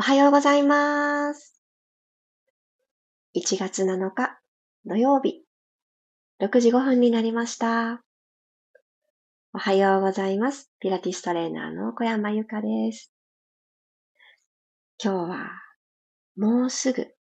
おはようございます。1月7日土曜日6時5分になりました。おはようございます。ピラティストレーナーの小山由かです。今日はもうすぐ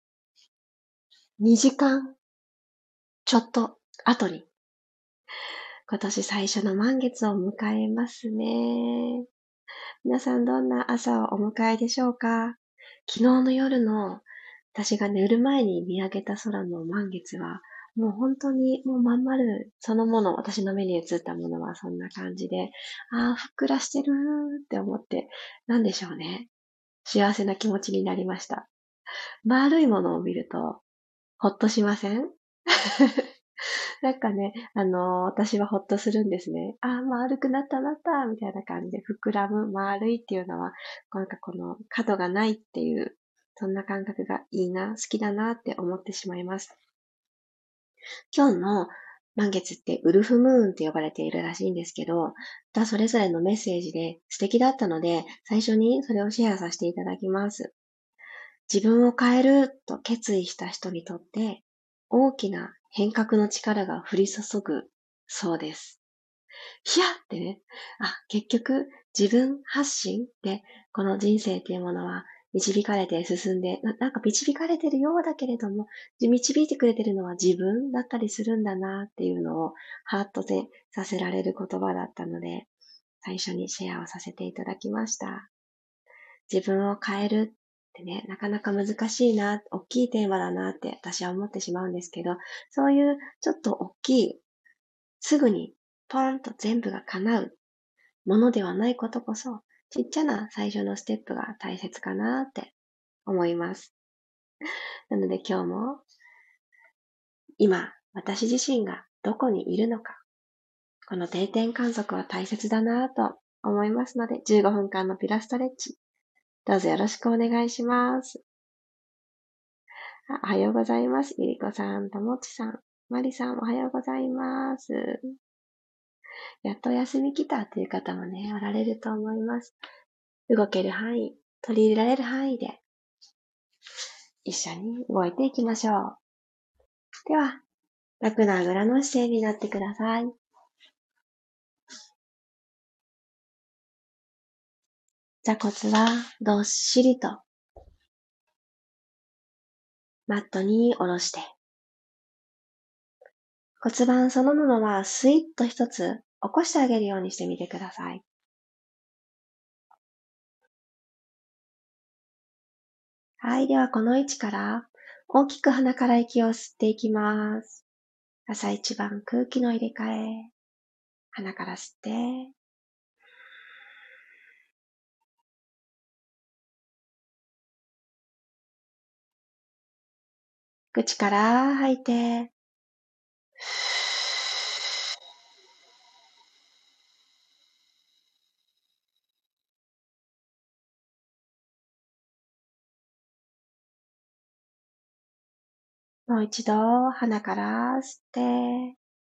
2時間ちょっと後に今年最初の満月を迎えますね。皆さんどんな朝をお迎えでしょうか？昨日の夜の私が寝る前に見上げた空の満月は、もう本当にもうまん丸そのもの、私の目に映ったものはそんな感じで、ああ、ふっくらしてるって思って、なんでしょうね。幸せな気持ちになりました。丸いものを見ると、ほっとしません？なんかね、私はほっとするんですね。ああ、丸くなった、みたいな感じで、膨らむ、丸いっていうのは、なんかこの角がないっていう、そんな感覚がいいな、好きだなって思ってしまいます。今日の満月ってウルフムーンって呼ばれているらしいんですけど、それぞれのメッセージで素敵だったので、最初にそれをシェアさせていただきます。自分を変えると決意した人にとって、大きな変革の力が降り注ぐそうです。ひやってね、結局自分発信でこの人生っていうものは導かれて進んで、なんか導かれてるようだけれども、導いてくれてるのは自分だったりするんだなっていうのをハートでさせられる言葉だったので、最初にシェアをさせていただきました。自分を変えるってね、なかなか難しいな、大きいテーマだなって私は思ってしまうんですけど、そういうちょっと大きい、すぐにポーンと全部が叶うものではないことこそ、ちっちゃな最初のステップが大切かなって思います。なので今日も今、私自身がどこにいるのか、この定点観測は大切だなと思いますので、15分間のピラストレッチ、どうぞよろしくお願いします。おはようございます。ゆりこさん、ともちさん、まりさん、おはようございます。やっと休み来たという方もね、おられると思います。動ける範囲、取り入れられる範囲で一緒に動いていきましょう。では、楽なあぐらの姿勢になってください。座骨はどっしりとマットに下ろして、骨盤そのものはスイッと一つ起こしてあげるようにしてみてください。はい、ではこの位置から大きく鼻から息を吸っていきます。朝一番空気の入れ替え。鼻から吸って、口から吐いて、もう一度鼻から吸って、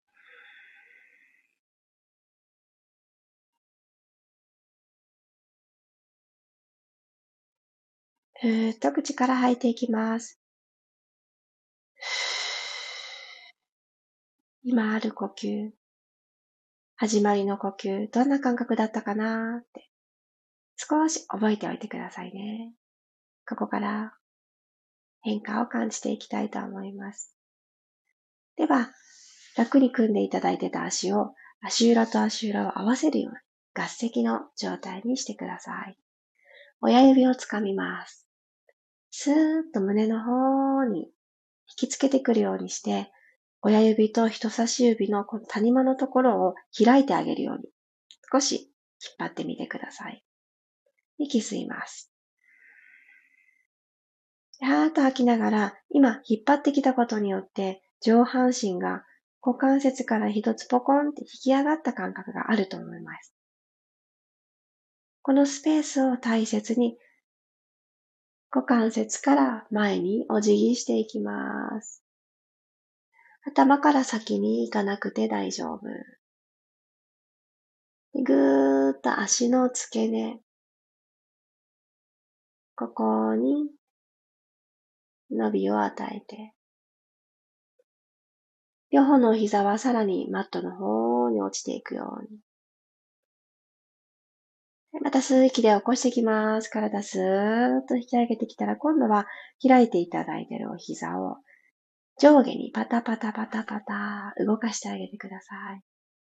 ふーっと口から吐いていきます。今ある呼吸、始まりの呼吸、どんな感覚だったかなって少し覚えておいてくださいね。ここから変化を感じていきたいと思います。では、楽に組んでいただいてた足を足裏と足裏を合わせるように合席の状態にしてください。親指をつかみます。スーッと胸の方に引きつけてくるようにして、親指と人差し指のこの谷間のところを開いてあげるように、少し引っ張ってみてください。息吸います。はーっと吐きながら、今引っ張ってきたことによって、上半身が股関節から一つポコンって引き上がった感覚があると思います。このスペースを大切に、股関節から前にお辞儀していきます。頭から先に行かなくて大丈夫。ぐーっと足の付け根、 ここに伸びを与えて、両方のお膝はさらにマットの方に落ちていくように。また吸う息で起こしていきます。体スーッと引き上げてきたら、今度は開いていただいているお膝を上下にパタパタパタパタ動かしてあげてください。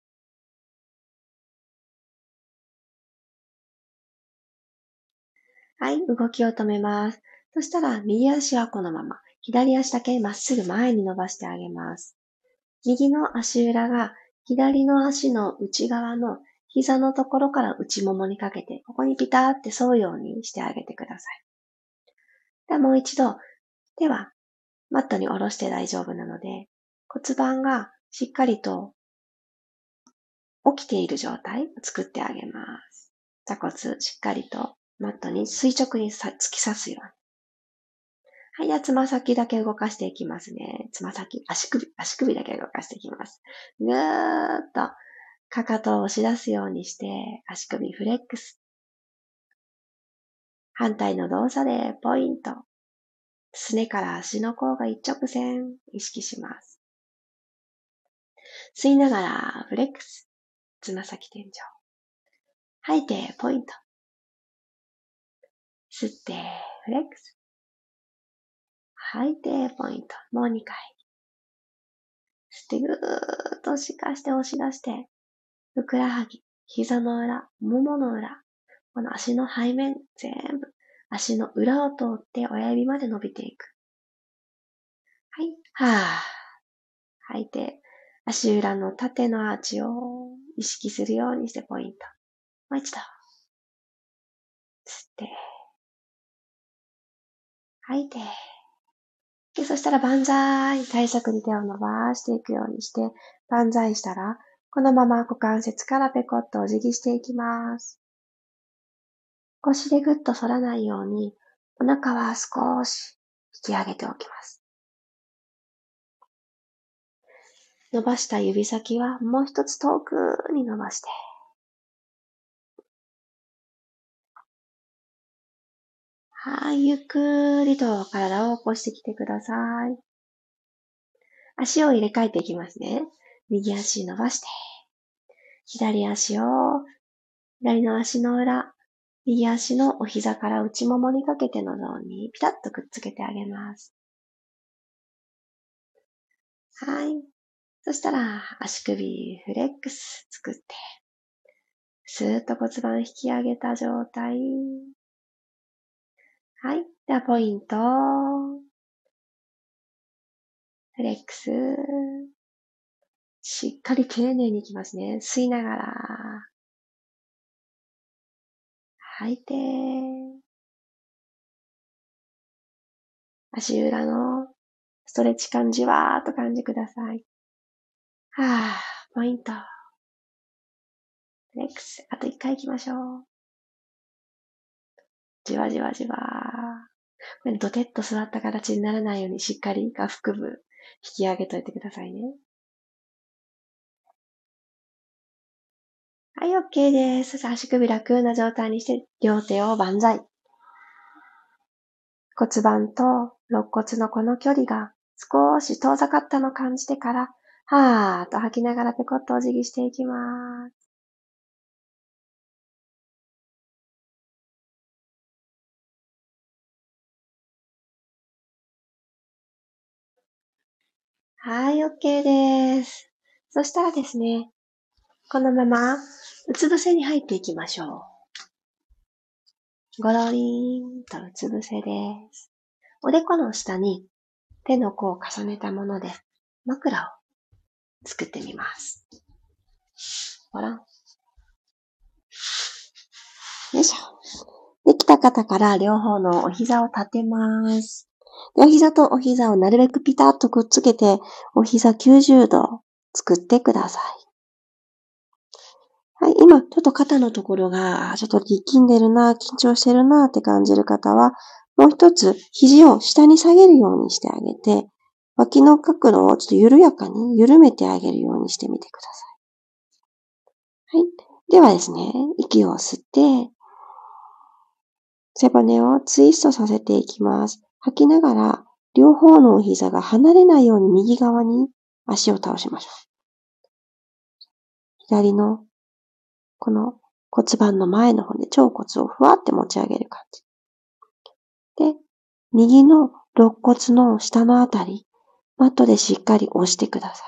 はい、動きを止めます。そしたら右足はこのまま、左足だけまっすぐ前に伸ばしてあげます。右の足裏が左の足の内側の膝のところから内ももにかけて、ここにピターって沿うようにしてあげてください。ではもう一度、手はマットに下ろして大丈夫なので、骨盤がしっかりと起きている状態を作ってあげます。座骨しっかりとマットに垂直に突き刺すように。はい、じゃあつま先だけ動かしていきますね。つま先、足首だけ動かしていきます。ぐーっとかかとを押し出すようにして、足首フレックス。反対の動作でポイント。すねから足の甲が一直線意識します。吸いながらフレックス。つま先天井。吐いてポイント。吸ってフレックス。吐いてポイント。もう2回。吸ってぐーっと押し出して、ふくらはぎ、膝の裏、ももの裏、この足の背面全部、足の裏を通って親指まで伸びていく。はい。吐いて、足裏の縦のアーチを意識するようにしてポイント。もう一度。吸って、吐いて。で、そしたら万歳。体側に手を伸ばしていくようにして、万歳したら、このまま股関節からペコッとお辞儀していきます。腰でぐっと反らないように、お腹は少し引き上げておきます。伸ばした指先はもう一つ遠くに伸ばして。はい、ゆっくりと体を起こしてきてください。足を入れ替えていきますね。右足伸ばして、左の足の裏、右足のお膝から内ももにかけてのゾーンにピタッとくっつけてあげます。はい。そしたら足首フレックス作って、スーッと骨盤引き上げた状態。はい。ではポイント。フレックス。しっかり丁寧にいきますね。吸いながら。吐いて。足裏のストレッチ感じわーっと感じください。ポイント。フレックス。あと1回行きましょう。じわじわじわー。これドテッと座った形にならないようにしっかり下腹部引き上げといてくださいね。はい、OK です。足首楽な状態にして、両手を万歳。骨盤と肋骨のこの距離が少し遠ざかったのを感じてから、はーっと吐きながらペコッとお辞儀していきます。はい、OK です。そしたらですね、このままうつ伏せに入っていきましょう。ゴロリーンとうつ伏せです。おでこの下に手の甲を重ねたもので枕を作ってみます。ほら。よいしょ。できた方から両方のお膝を立てます。お膝とお膝をなるべくピタッとくっつけて、お膝90度作ってください。はい、今、ちょっと肩のところが、ちょっと力んでるな、緊張してるなって感じる方は、もう一つ、肘を下に下げるようにしてあげて、脇の角度をちょっと緩やかに緩めてあげるようにしてみてください。はい。ではですね、息を吸って、 背骨をツイストさせていきます。吐きながら、両方のお膝が離れないように右側に足を倒しましょう。左のこの骨盤の前の骨、腸骨をふわって持ち上げる感じ。で、右の肋骨の下のあたり、マットでしっかり押してくださ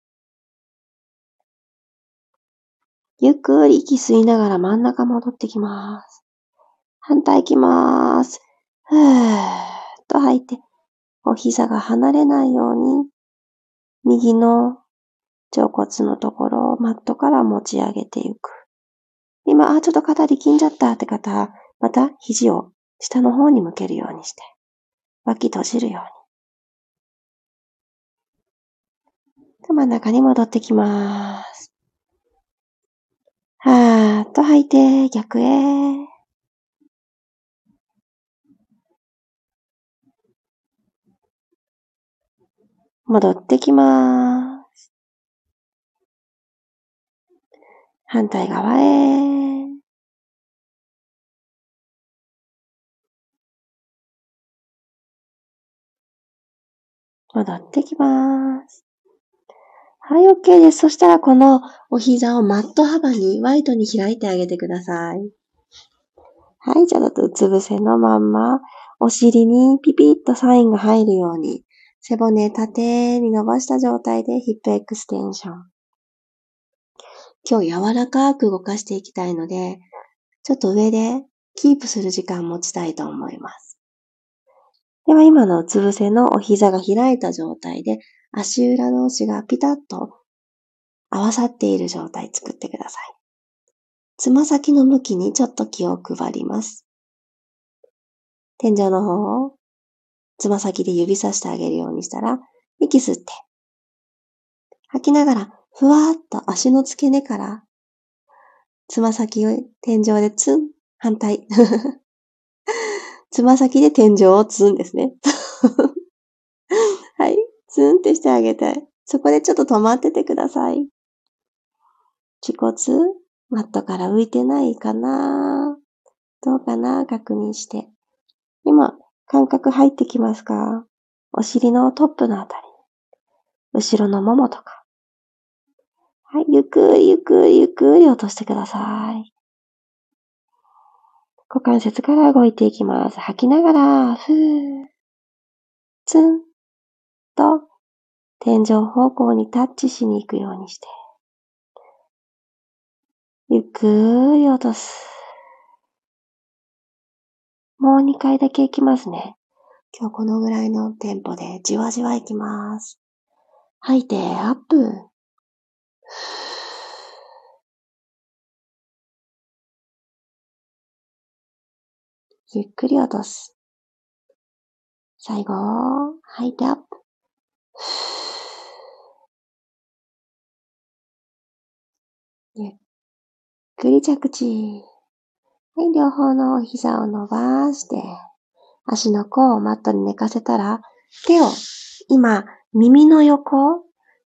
い。ゆっくり息吸いながら真ん中戻ってきます。反対行きます。ふーっと吐いて、お膝が離れないように、右の腸骨のところをマットから持ち上げていく。今、ちょっと肩力んじゃったって方、また肘を下の方に向けるようにして、脇閉じるように。真ん中に戻ってきます。はーっと吐いて、逆へ。戻ってきます。反対側へ。戻ってきます。はい、OK です。そしたらこのお膝をマット幅にワイドに開いてあげてください。はい、じゃあうつ伏せのまんま、お尻にピピッとサインが入るように、背骨縦に伸ばした状態でヒップエクステンション。今日柔らかく動かしていきたいので、ちょっと上でキープする時間持ちたいと思います。では今のうつ伏せのお膝が開いた状態で、足裏同士がピタッと合わさっている状態作ってください。つま先の向きにちょっと気を配ります。天井の方をつま先で指さしてあげるようにしたら、息吸って、吐きながら、ふわーっと足の付け根から、つま先を天井でツン、反対。つま先で天井をツンですね。はい。ツンってしてあげて、そこでちょっと止まっててください。恥骨、マットから浮いてないかな？どうかな？確認して。今、感覚入ってきますか？お尻のトップのあたり。後ろのももとか。はい。ゆっくりゆっくりゆっくり落としてください。股関節から動いていきます。吐きながら、ふー、ツンと天井方向にタッチしに行くようにして。ゆっくり落とす。もう2回だけ行きますね。今日このぐらいのテンポでじわじわ行きます。吐いて、アップ。ゆっくり落とす。最後、吐いてアップ。ゆっくり着地。はい、両方の膝を伸ばして、足の甲をマットに寝かせたら、手を今、耳の横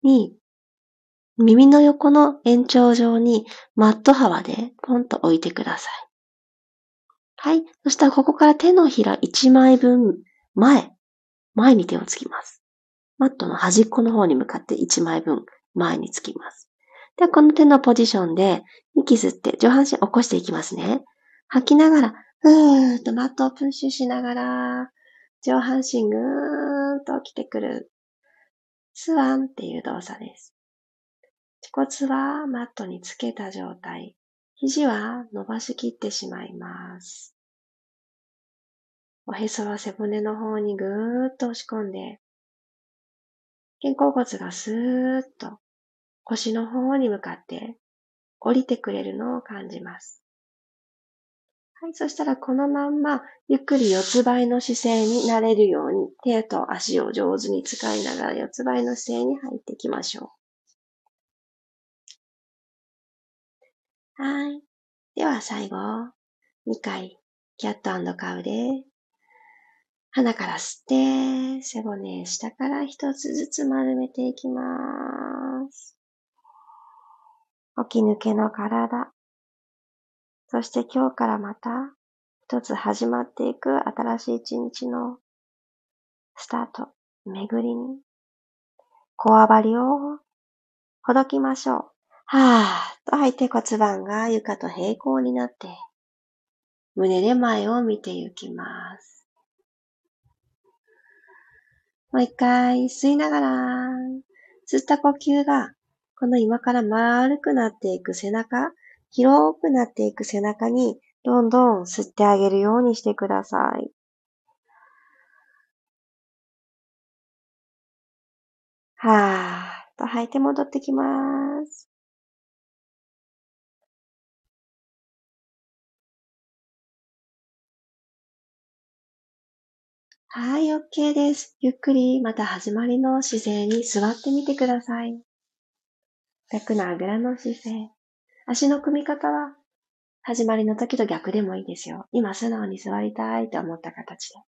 の延長上にマット幅でポンと置いてください。はい。そしたらここから手のひら1枚分前に手をつきます。マットの端っこの方に向かって1枚分前につきます。で、この手のポジションで息吸って上半身起こしていきますね。吐きながら、ふーっとマットをプッシュしながら、上半身ぐーんと起きてくる。スワンっていう動作です。恥骨はマットにつけた状態。肘は伸ばしきってしまいます。おへそは背骨の方にぐーっと押し込んで、肩甲骨がスーッと腰の方に向かって降りてくれるのを感じます。はい、そしたらこのまんまゆっくり四つ倍の姿勢になれるように手と足を上手に使いながら四つ倍の姿勢に入っていきましょう。はい。では最後、2回キャット&カウで鼻から吸って背骨下から一つずつ丸めていきます。起き抜けの体。そして今日からまた一つ始まっていく新しい一日のスタート、巡りに、こわばりをほどきましょう。はーっと吐いて骨盤が床と平行になって、胸で前を見ていきます。もう一回吸いながら、吸った呼吸が、この今から丸くなっていく背中、広くなっていく背中に、どんどん吸ってあげるようにしてください。はーっと吐いて戻ってきます。はい、OK です。ゆっくりまた始まりの姿勢に座ってみてください。楽なあぐらの姿勢。足の組み方は始まりの時と逆でもいいですよ。今素直に座りたいと思った形で。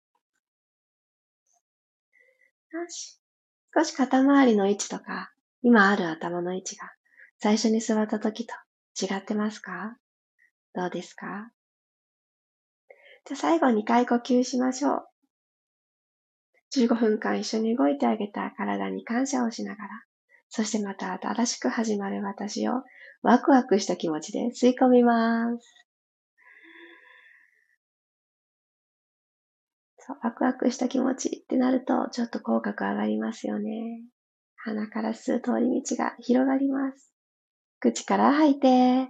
よし。少し肩周りの位置とか、今ある頭の位置が最初に座った時と違ってますか？どうですか？じゃあ最後2回呼吸しましょう。15分間一緒に動いてあげた体に感謝をしながら、そしてまた新しく始まる私をワクワクした気持ちで吸い込みます。そう、ワクワクした気持ちってなるとちょっと口角上がりますよね。鼻から吸う通り道が広がります。口から吐いて、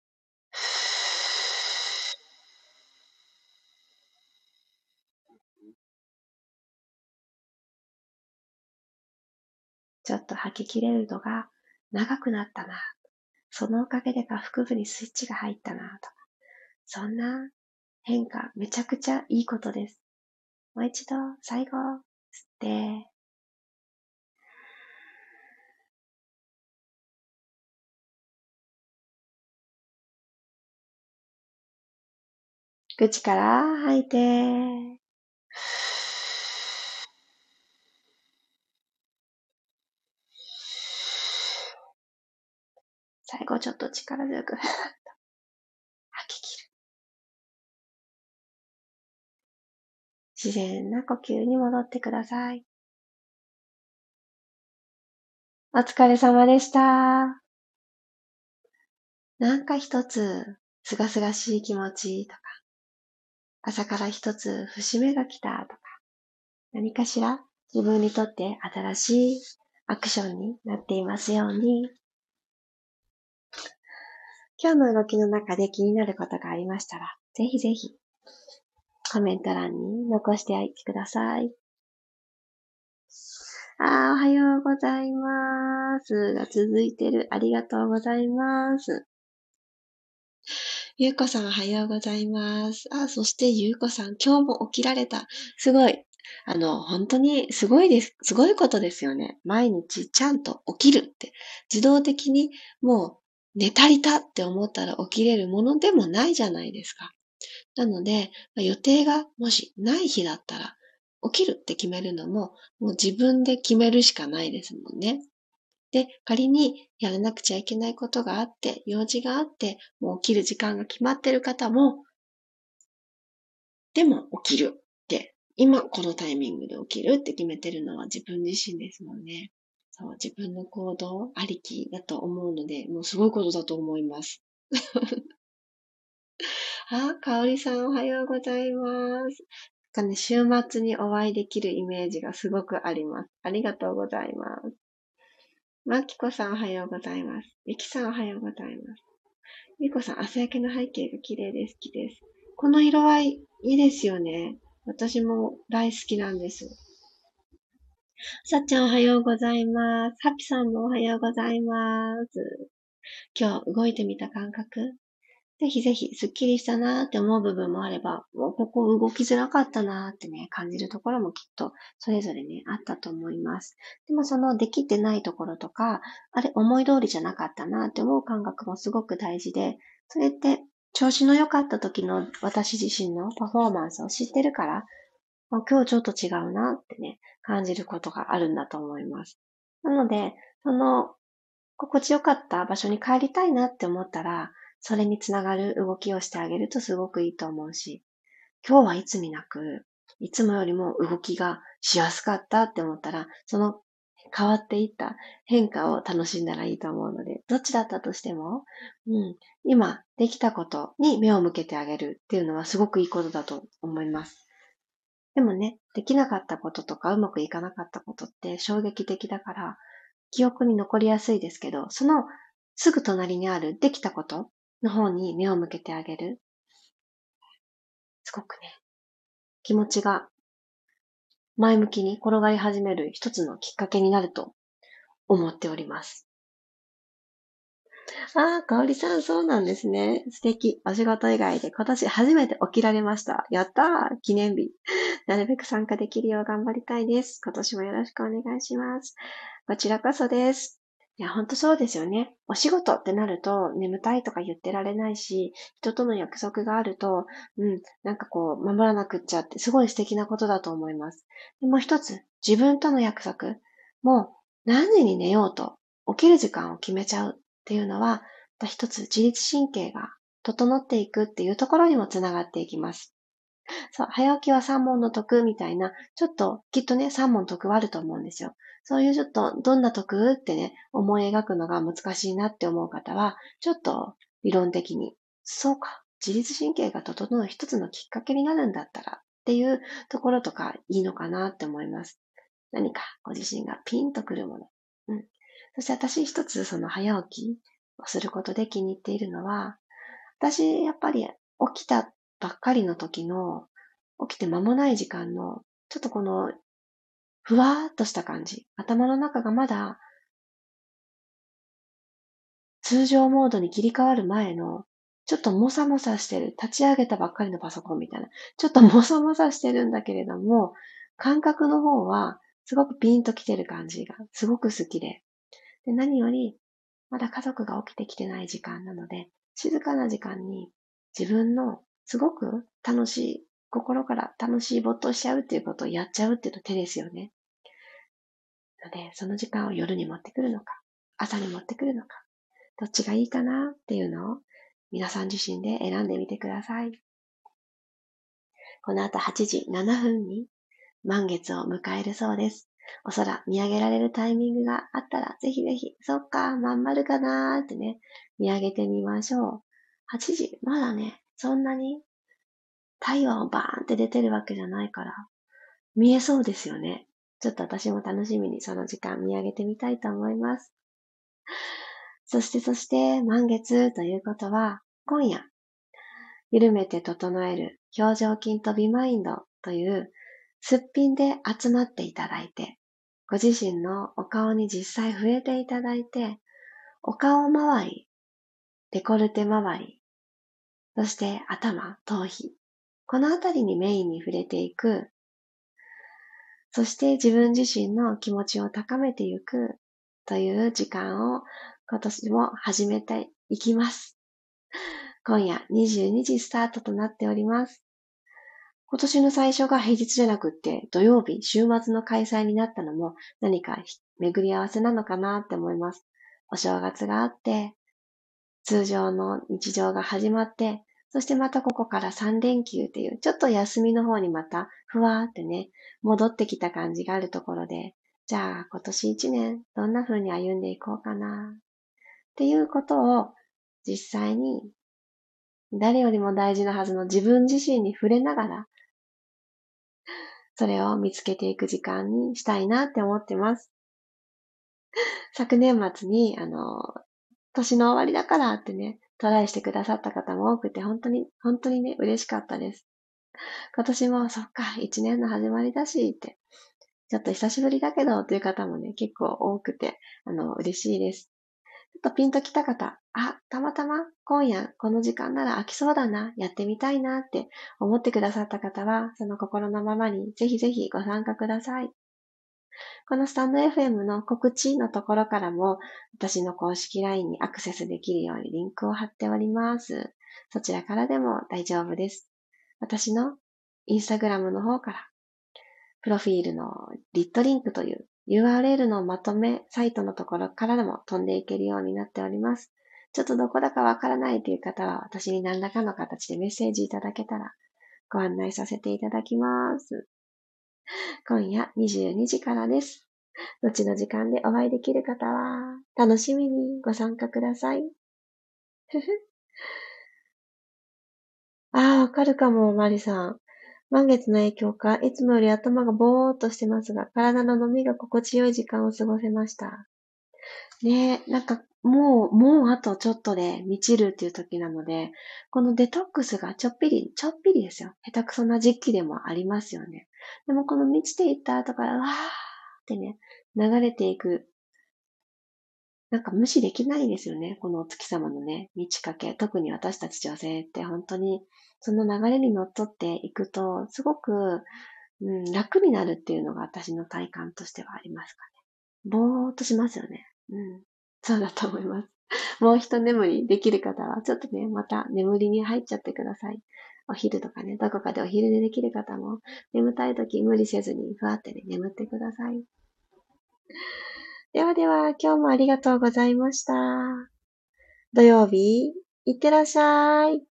ちょっと吐き切れるのが長くなったな。そのおかげで下腹部にスイッチが入ったなとか、そんな変化めちゃくちゃいいことです。もう一度最後吸って、口から吐いて、最後ちょっと力強く吐き切る。自然な呼吸に戻ってください。お疲れ様でした。なんか一つ、すがすがしい気持ちとか、朝から一つ節目が来たとか、何かしら自分にとって新しいアクションになっていますように。今日の動きの中で気になることがありましたら、ぜひぜひコメント欄に残しておいてください。おはようございます。が続いてる。ありがとうございます。ゆうこさんおはようございます。そしてゆうこさん、今日も起きられた。すごい。本当にすごいです。すごいことですよね。毎日ちゃんと起きるって。自動的にもう寝足りたって思ったら起きれるものでもないじゃないですか。なので、予定がもしない日だったら、起きるって決めるのも、もう自分で決めるしかないですもんね。で、仮にやらなくちゃいけないことがあって、用事があって、もう起きる時間が決まってる方も、でも起きるって、今このタイミングで起きるって決めてるのは自分自身ですもんね。そう、自分の行動ありきだと思うので、もうすごいことだと思います。かおりさんおはようございます。週末にお会いできるイメージがすごくあります。ありがとうございます。まきこさんおはようございます。ゆきさんおはようございます。ゆうこさん、朝焼けの背景が綺麗です。好きです。この色合い、いいですよね。私も大好きなんです。さっちゃんおはようございます。ハピさんもおはようございます。今日動いてみた感覚、ぜひぜひスッキリしたなーって思う部分もあれば、もうここ動きづらかったなーってね、感じるところもきっとそれぞれね、あったと思います。でもそのできてないところとか、あれ思い通りじゃなかったなーって思う感覚もすごく大事で、それって調子の良かった時の私自身のパフォーマンスを知ってるから、今日ちょっと違うなってね、感じることがあるんだと思います。なので、その心地よかった場所に帰りたいなって思ったら、それにつながる動きをしてあげるとすごくいいと思うし、 今日はいつになく、いつもよりも動きがしやすかったって思ったら、その変わっていった変化を楽しんだらいいと思うので、どっちだったとしても、今できたことに目を向けてあげるっていうのはすごくいいことだと思います。でもね、できなかったこととかうまくいかなかったことって衝撃的だから、記憶に残りやすいですけど、そのすぐ隣にあるできたことの方に目を向けてあげる。すごくね、気持ちが前向きに転がり始める一つのきっかけになると思っております。ああ、かおりさん、そうなんですね。素敵。お仕事以外で今年初めて起きられました。やったー記念日。なるべく参加できるよう頑張りたいです。今年もよろしくお願いします。こちらこそです。いや、ほんとそうですよね。お仕事ってなると、眠たいとか言ってられないし、人との約束があると、守らなくっちゃって、すごい素敵なことだと思います。でもう一つ、自分との約束も何時に寝ようと、起きる時間を決めちゃうっていうのは、また一つ自律神経が整っていくっていうところにもつながっていきます。そう、早起きは三問の得みたいな、ちょっときっとね、三問得はあると思うんですよ。そういうちょっと、どんな得ってね、思い描くのが難しいなって思う方は、ちょっと理論的に、そうか、自律神経が整う一つのきっかけになるんだったらっていうところとかいいのかなって思います。何かご自身がピンとくるもの。うん。そして私一つその早起きをすることで気に入っているのは、私やっぱり起きたばっかりの時の、起きて間もない時間の、ちょっとこのふわーっとした感じ。頭の中がまだ通常モードに切り替わる前の、ちょっともさもさしてる、立ち上げたばっかりのパソコンみたいな、ちょっともさもさしてるんだけれども、感覚の方はすごくピンときてる感じがすごく好きで。で、何より、まだ家族が起きてきてない時間なので、静かな時間に自分のすごく楽しい、心から楽しい没頭しちゃうっていうことをやっちゃうっていうと手ですよね。ので、その時間を夜に持ってくるのか、朝に持ってくるのか、どっちがいいかなっていうのを皆さん自身で選んでみてください。この後8時7分に満月を迎えるそうです。お空見上げられるタイミングがあったら、ぜひぜひ、そっか、まん丸かなーってね、見上げてみましょう。8時、まだね、そんなに太陽バーンって出てるわけじゃないから、見えそうですよね。ちょっと私も楽しみにその時間見上げてみたいと思います。そして、満月ということは、今夜、緩めて整える表情筋とビマインドというすっぴんで集まっていただいて、ご自身のお顔に実際触れていただいて、お顔周り、デコルテ周り、そして頭、頭皮、このあたりにメインに触れていく、そして自分自身の気持ちを高めていくという時間を今年も始めていきます。今夜22時スタートとなっております。今年の最初が平日じゃなくって土曜日、週末の開催になったのも何か巡り合わせなのかなって思います。お正月があって、通常の日常が始まって、そしてまたここから3連休っていう、ちょっと休みの方にまたふわーってね、戻ってきた感じがあるところで、じゃあ今年1年どんな風に歩んでいこうかなっていうことを実際に誰よりも大事なはずの自分自身に触れながら、それを見つけていく時間にしたいなって思ってます。昨年末に、年の終わりだからってね、トライしてくださった方も多くて、本当にね、嬉しかったです。今年も、そっか、一年の始まりだしって、ちょっと久しぶりだけどという方もね、結構多くて、嬉しいです。ちょっとピンときた方、たまたま今夜この時間なら飽きそうだな、やってみたいなって思ってくださった方は、その心のままにぜひぜひご参加ください。このスタンド FM の告知のところからも、私の公式 LINE にアクセスできるようにリンクを貼っております。そちらからでも大丈夫です。私のインスタグラムの方から、プロフィールのリットリンクという URL のまとめサイトのところからでも飛んでいけるようになっております。ちょっとどこだかわからないという方は、私に何らかの形でメッセージいただけたらご案内させていただきます。今夜22時からです。後の時間でお会いできる方は、楽しみにご参加ください。ふふ。わかるかも、マリさん。満月の影響か、いつもより頭がぼーっとしてますが、体の飲みが心地よい時間を過ごせました。ねえ、もうあとちょっとで満ちるっていう時なので、このデトックスがちょっぴりですよ。下手くそな時期でもありますよね。でもこの満ちていった後から、わーってね、流れていく。無視できないですよね。このお月様のね、満ち欠け。特に私たち女性って本当に、その流れにのっとっていくと、すごく、楽になるっていうのが私の体感としてはありますかね。ぼーっとしますよね。そうだと思います。もう一眠りできる方は、ちょっとね、また眠りに入っちゃってください。お昼とかね、どこかでお昼寝できる方も、眠たい時無理せずに、ふわってね、眠ってください。ではでは、今日もありがとうございました。土曜日、いってらっしゃい。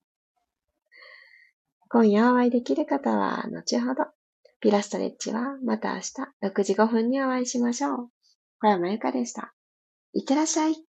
今夜お会いできる方は、後ほど。ピラストレッチは、また明日、6時5分にお会いしましょう。小山由かでした。いってらっしゃい。